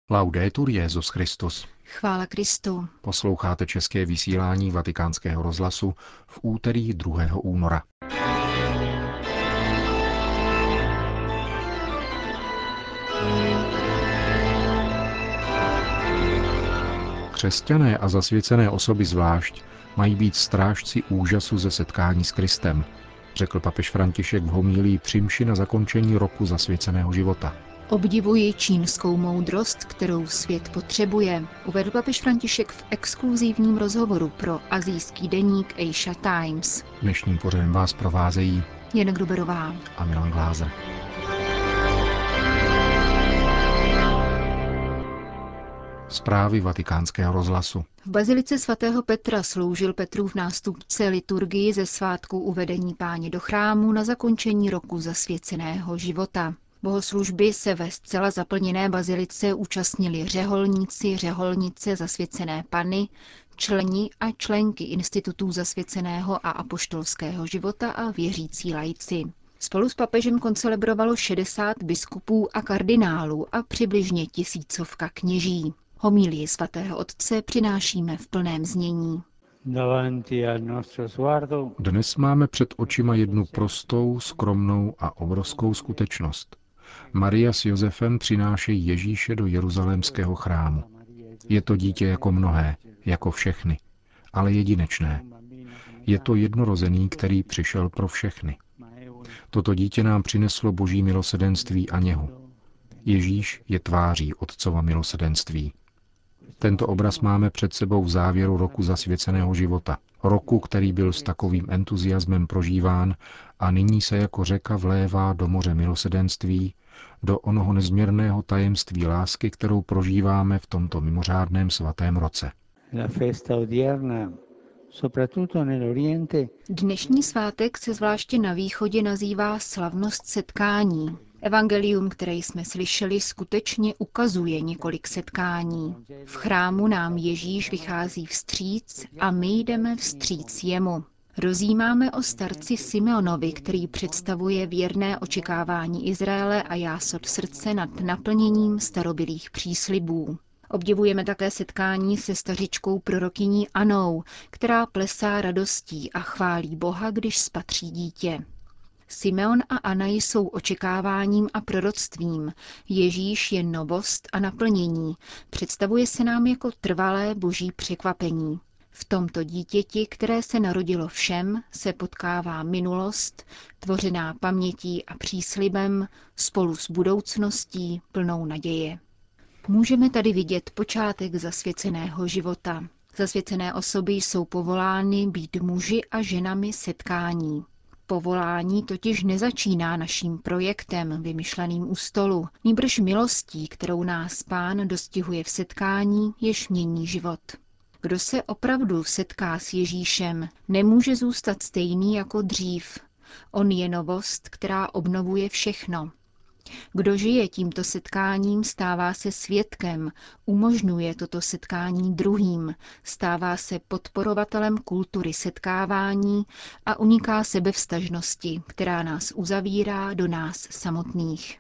Laudetur Jesus Christus. Chvála Kristu. Posloucháte české vysílání Vatikánského rozhlasu v úterý 2. února. Křesťané a zasvěcené osoby zvlášť mají být strážci úžasu ze setkání s Kristem, řekl papež František v homílii při mši na zakončení roku zasvěceného života. Obdivuji čínskou moudrost, kterou svět potřebuje, uvedl papež František v exkluzivním rozhovoru pro asijský deník Asia Times. Dnešním pořadem vás provázejí Jana Gruberová a Milan Glázer. Zprávy Vatikánského rozhlasu. V bazilice svatého Petra sloužil Petrův nástupce liturgii ze svátku uvedení Páně do chrámu na zakončení roku zasvěceného života. Bohoslužby se ve zcela zaplněné bazilice účastnili řeholníci, řeholnice zasvěcené Panny, členi a členky institutů zasvěceného a apoštolského života a věřící laici. Spolu s papežem koncelebrovalo 60 biskupů a kardinálů a přibližně 1000 kněží. Homílii svatého otce přinášíme v plném znění. Dnes máme před očima jednu prostou, skromnou a obrovskou skutečnost. Maria s Josefem přinášejí Ježíše do jeruzalémského chrámu. Je to dítě jako mnohé, jako všechny, ale jedinečné. Je to jednorozený, který přišel pro všechny. Toto dítě nám přineslo boží milosedenství a něhu. Ježíš je tváří Otcova milosedenství. Tento obraz máme před sebou v závěru roku zasvěceného života. Roku, který byl s takovým entuziasmem prožíván a nyní se jako řeka vlévá do moře milosedenství, do onoho nezměrného tajemství lásky, kterou prožíváme v tomto mimořádném svatém roce. Dnešní svátek se zvláště na východě nazývá slavnost setkání. Evangelium, které jsme slyšeli, skutečně ukazuje několik setkání. V chrámu nám Ježíš vychází vstříc a my jdeme vstříc jemu. Rozjímáme o starci Simeonovi, který představuje věrné očekávání Izraele a jásot srdce nad naplněním starobylých příslibů. Obdivujeme také setkání se stařičkou prorokyní Anou, která plesá radostí a chválí Boha, když spatří dítě. Simeon a Anna jsou očekáváním a proroctvím. Ježíš je novost a naplnění. Představuje se nám jako trvalé boží překvapení. V tomto dítěti, které se narodilo všem, se potkává minulost, tvořená pamětí a příslibem, spolu s budoucností plnou naděje. Můžeme tady vidět počátek zasvěceného života. Zasvěcené osoby jsou povolány být muži a ženami setkání. Povolání totiž nezačíná naším projektem, vymyšleným u stolu, nýbrž milostí, kterou nás Pán dostihuje v setkání, jež mění život. Kdo se opravdu setká s Ježíšem, nemůže zůstat stejný jako dřív. On je novost, která obnovuje všechno. Kdo žije tímto setkáním, stává se svědkem, umožňuje toto setkání druhým, stává se podporovatelem kultury setkávání a uniká sebevztažnosti, která nás uzavírá do nás samotných.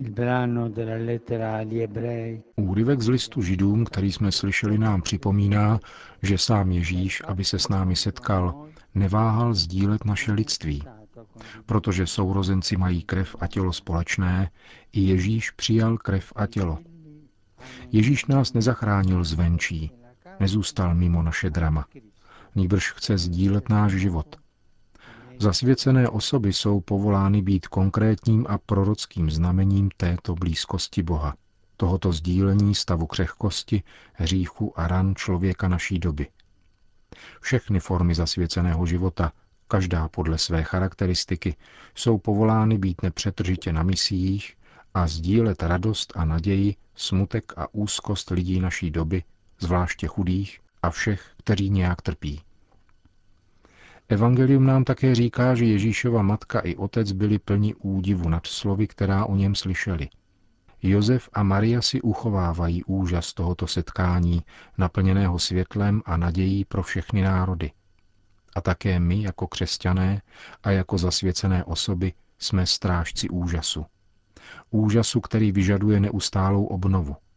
Úryvek z listu Židům, který jsme slyšeli, nám připomíná, že sám Ježíš, aby se s námi setkal, neváhal sdílet naše lidství. Protože sourozenci mají krev a tělo společné, i Ježíš přijal krev a tělo. Ježíš nás nezachránil zvenčí, nezůstal mimo naše drama. Nýbrž chce sdílet náš život. Zasvěcené osoby jsou povolány být konkrétním a prorockým znamením této blízkosti Boha, tohoto sdílení stavu křehkosti, hříchu a ran člověka naší doby. Všechny formy zasvěceného života, každá podle své charakteristiky, jsou povolány být nepřetržitě na misiích a sdílet radost a naději, smutek a úzkost lidí naší doby, zvláště chudých a všech, kteří nějak trpí. Evangelium nám také říká, že Ježíšova matka i otec byli plni údivu nad slovy, která o něm slyšeli. Josef a Maria si uchovávají úžas tohoto setkání, naplněného světlem a nadějí pro všechny národy. A také my, jako křesťané a jako zasvěcené osoby, jsme strážci úžasu. Úžasu, který vyžaduje neustálou obnovu.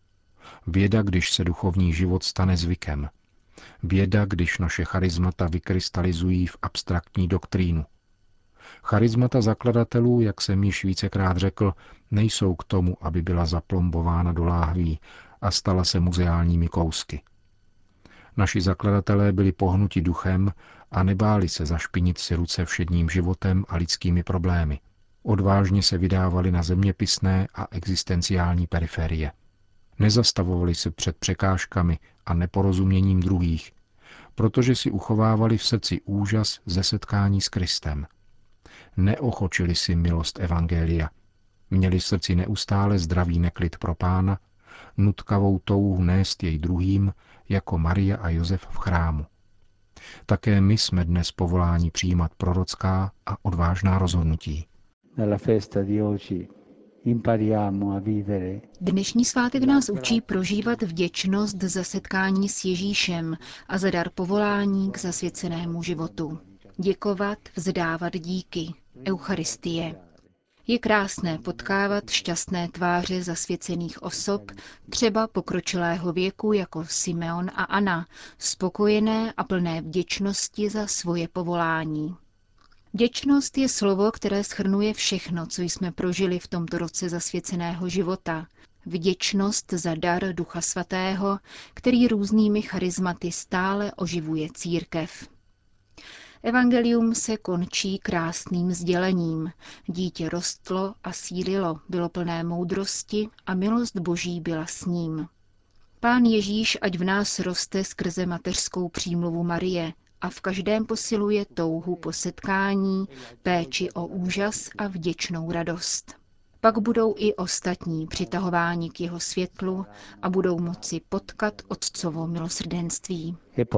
Běda, když se duchovní život stane zvykem. Běda, když naše charismata vykrystalizují v abstraktní doktrínu. Charismata zakladatelů, jak jsem již vícekrát řekl, nejsou k tomu, aby byla zaplombována do láhví a stala se muzeálními kousky. Naši zakladatelé byli pohnuti duchem a nebáli se zašpinit si ruce všedním životem a lidskými problémy. Odvážně se vydávali na zeměpisné a existenciální periferie. Nezastavovali se před překážkami a neporozuměním druhých, protože si uchovávali v srdci úžas ze setkání s Kristem. Neochočili si milost evangelia. Měli v srdci neustále zdravý neklid pro Pána, nutkavou touhu nést jej druhým, jako Maria a Josef v chrámu. Také my jsme dnes povoláni přijímat prorocká a odvážná rozhodnutí. Dnešní svátek nás učí prožívat vděčnost za setkání s Ježíšem a za dar povolání k zasvěcenému životu. Děkovat, vzdávat díky. Eucharistie. Je krásné potkávat šťastné tváře zasvěcených osob, třeba pokročilého věku jako Simeon a Anna, spokojené a plné vděčnosti za svoje povolání. Vděčnost je slovo, které shrnuje všechno, co jsme prožili v tomto roce zasvěceného života. Vděčnost za dar Ducha Svatého, který různými charizmaty stále oživuje církev. Evangelium se končí krásným sdělením. Dítě rostlo a sílilo, bylo plné moudrosti a milost Boží byla s ním. Pán Ježíš ať v nás roste skrze mateřskou přímluvu Marie a v každém posiluje touhu po setkání, péči o úžas a vděčnou radost. Pak budou i ostatní přitahováni k jeho světlu a budou moci potkat Otcovo milosrdenství.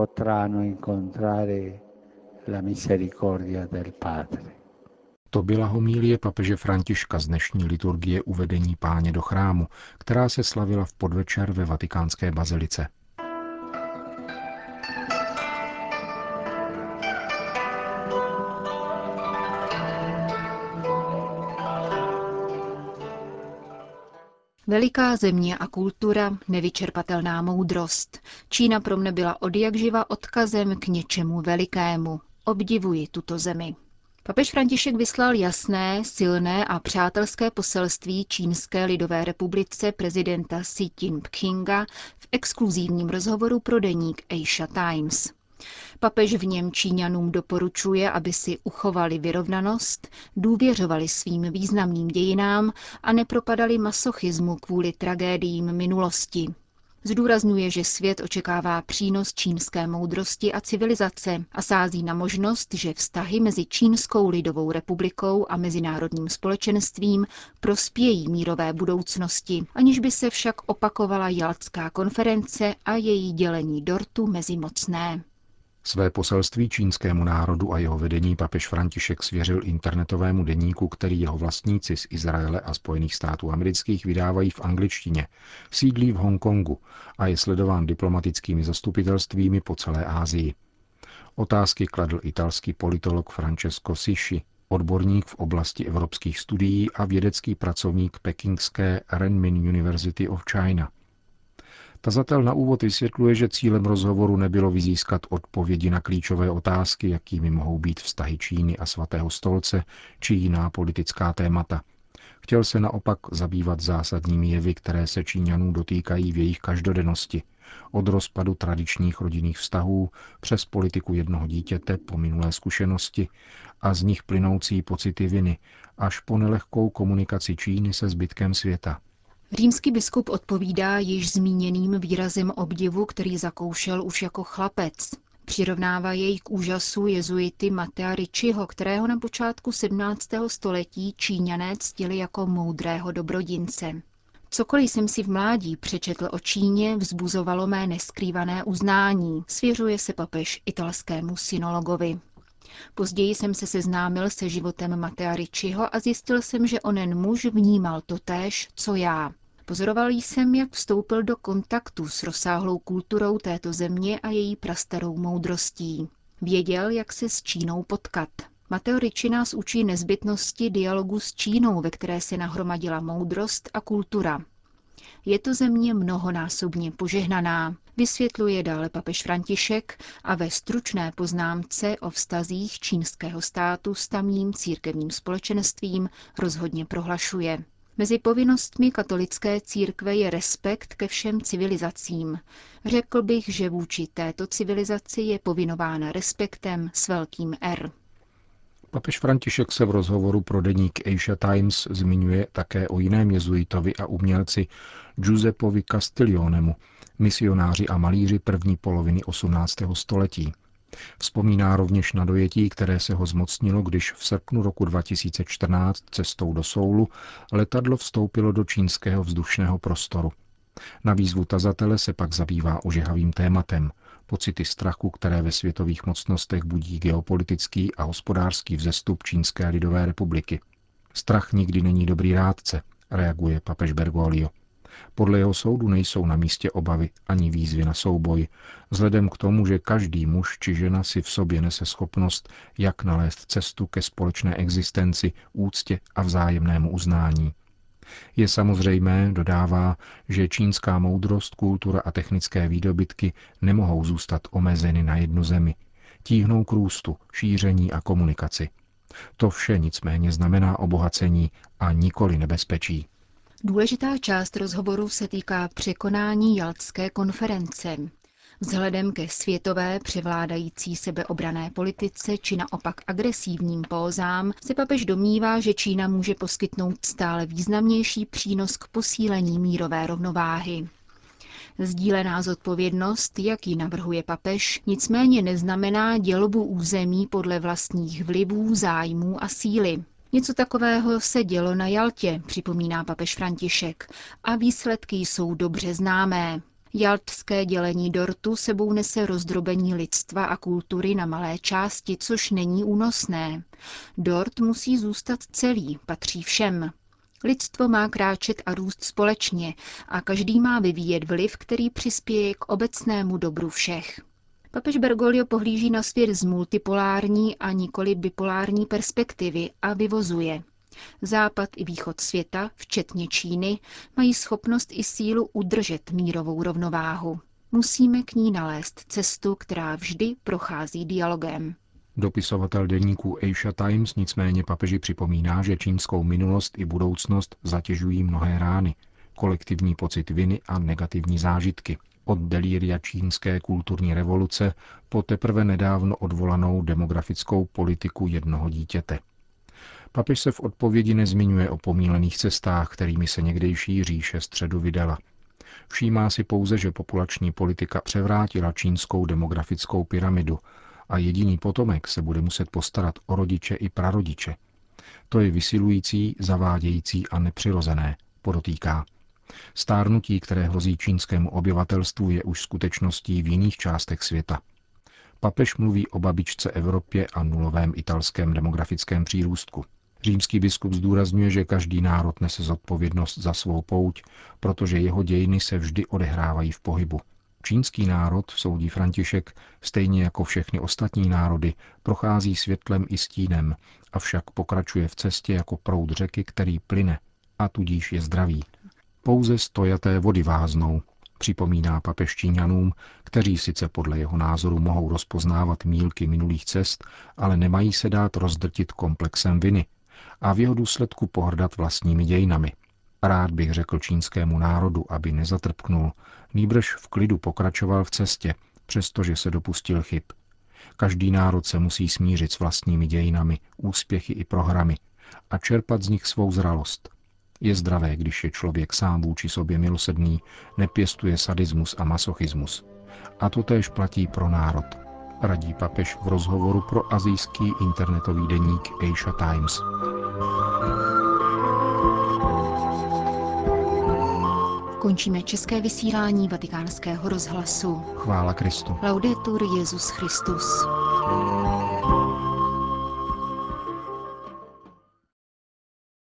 To byla homilie papeže Františka z dnešní liturgie Uvedení Páně do chrámu, která se slavila v podvečer ve Vatikánské bazilice. Veliká země a kultura, nevyčerpatelná moudrost. Čína pro mne byla odjakživa odkazem k něčemu velikému. Obdivuji tuto zemi. Papež František vyslal jasné, silné a přátelské poselství Čínské lidové republice prezidenta Xi Jinpinga v exkluzivním rozhovoru pro deník Asia Times. Papež v něm Číňanům doporučuje, aby si uchovali vyrovnanost, důvěřovali svým významným dějinám a nepropadali masochismu kvůli tragédiím minulosti. Zdůrazňuje, že svět očekává přínos čínské moudrosti a civilizace a sází na možnost, že vztahy mezi Čínskou lidovou republikou a mezinárodním společenstvím prospějí mírové budoucnosti, aniž by se však opakovala Jaltská konference a její dělení dortu mezi mocné. Své poselství čínskému národu a jeho vedení papež František svěřil internetovému deníku, který jeho vlastníci z Izraele a Spojených států amerických vydávají v angličtině, sídlí v Hongkongu a je sledován diplomatickými zastupitelstvími po celé Asii. Otázky kladl italský politolog Francesco Sischi, odborník v oblasti evropských studií a vědecký pracovník pekingské Renmin University of China. Tazatel na úvod vysvětluje, že cílem rozhovoru nebylo vyzískat odpovědi na klíčové otázky, jakými mohou být vztahy Číny a Svatého stolce či jiná politická témata. Chtěl se naopak zabývat zásadními jevy, které se Číňanů dotýkají v jejich každodennosti, od rozpadu tradičních rodinných vztahů přes politiku jednoho dítěte po minulé zkušenosti a z nich plynoucí pocity viny, až po nelehkou komunikaci Číny se zbytkem světa. Římský biskup odpovídá již zmíněným výrazem obdivu, který zakoušel už jako chlapec. Přirovnává jej k úžasu jezuity Matea Ricciho, kterého na počátku 17. století Číňané ctili jako moudrého dobrodince. Cokoliv jsem si v mládí přečetl o Číně, vzbuzovalo mé neskrývané uznání, svěřuje se papež italskému synologovi. Později jsem se seznámil se životem Matea Ricciho a zjistil jsem, že onen muž vnímal totéž, co já. Pozoroval jsem, jak vstoupil do kontaktu s rozsáhlou kulturou této země a její prastarou moudrostí. Věděl, jak se s Čínou potkat. Matteo Ricci nás učí nezbytnosti dialogu s Čínou, ve které se nahromadila moudrost a kultura. Je to země mnohonásobně požehnaná, vysvětluje dále papež František a ve stručné poznámce o vztazích čínského státu s tamním církevním společenstvím rozhodně prohlašuje. Mezi povinnostmi katolické církve je respekt ke všem civilizacím. Řekl bych, že vůči této civilizaci je povinována respektem s velkým R. Papež František se v rozhovoru pro deník Asia Times zmiňuje také o jiném jezuitovi a umělci Giuseppovi Castiglionemu, misionáři a malíři první poloviny 18. století. Vzpomíná rovněž na dojetí, které se ho zmocnilo, když v srpnu roku 2014 cestou do Soulu letadlo vstoupilo do čínského vzdušného prostoru. Na výzvu tazatele se pak zabývá ožehavým tématem, pocity strachu, které ve světových mocnostech budí geopolitický a hospodářský vzestup Čínské lidové republiky. Strach nikdy není dobrý rádce, reaguje papež Bergoglio. Podle jeho soudu nejsou na místě obavy ani výzvy na souboj, vzhledem k tomu, že každý muž či žena si v sobě nese schopnost, jak nalézt cestu ke společné existenci, úctě a vzájemnému uznání. Je samozřejmé, dodává, že čínská moudrost, kultura a technické výdobytky nemohou zůstat omezeny na jednu zemi. Tíhnou k růstu, šíření a komunikaci. To vše nicméně znamená obohacení a nikoli nebezpečí. Důležitá část rozhovoru se týká překonání Jaltské konference. Vzhledem ke světové převládající sebeobranné politice či naopak agresivním pózám se papež domnívá, že Čína může poskytnout stále významnější přínos k posílení mírové rovnováhy. Sdílená zodpovědnost, jak ji navrhuje papež, nicméně neznamená dělbu území podle vlastních vlivů, zájmů a síly. Něco takového se dělo na Jaltě, připomíná papež František, a výsledky jsou dobře známé. Jaltské dělení dortu sebou nese rozdrobení lidstva a kultury na malé části, což není únosné. Dort musí zůstat celý, patří všem. Lidstvo má kráčet a růst společně a každý má vyvíjet vliv, který přispěje k obecnému dobru všech. Papež Bergoglio pohlíží na svět z multipolární a nikoli bipolární perspektivy a vyvozuje. Západ i východ světa, včetně Číny, mají schopnost i sílu udržet mírovou rovnováhu. Musíme k ní nalézt cestu, která vždy prochází dialogem. Dopisovatel deníku Asia Times nicméně papeži připomíná, že čínskou minulost i budoucnost zatěžují mnohé rány, kolektivní pocit viny a negativní zážitky. Od delíria čínské kulturní revoluce po teprve nedávno odvolanou demografickou politiku jednoho dítěte. Papež se v odpovědi nezmiňuje o pomílených cestách, kterými se někdejší říše středu vydala. Všímá si pouze, že populační politika převrátila čínskou demografickou pyramidu a jediný potomek se bude muset postarat o rodiče i prarodiče. To je vysilující, zavádějící a nepřirozené, podotýká. Stárnutí, které hrozí čínskému obyvatelstvu, je už skutečností v jiných částech světa. Papež mluví o babičce Evropě a nulovém italském demografickém přírůstku. Římský biskup zdůrazňuje, že každý národ nese zodpovědnost za svou pouť, protože jeho dějiny se vždy odehrávají v pohybu. Čínský národ, soudí František, stejně jako všechny ostatní národy, prochází světlem i stínem, avšak pokračuje v cestě jako proud řeky, který plyne, a tudíž je zdravý. Pouze stojaté vody váznou, připomíná papež Číňanům, kteří sice podle jeho názoru mohou rozpoznávat mýlky minulých cest, ale nemají se dát rozdrtit komplexem viny a v jeho důsledku pohrdat vlastními dějinami. Rád bych řekl čínskému národu, aby nezatrpknul, nýbrž v klidu pokračoval v cestě, přestože se dopustil chyb. Každý národ se musí smířit s vlastními dějinami, úspěchy i prohrami a čerpat z nich svou zralost. Je zdravé, když je člověk sám vůči sobě milosrdný, nepěstuje sadismus a masochismus. A to též platí pro národ, radí papež v rozhovoru pro asijský internetový deník Asia Times. Končíme české vysílání Vatikánského rozhlasu. Chvála Kristu. Laudetur Jesus Christus.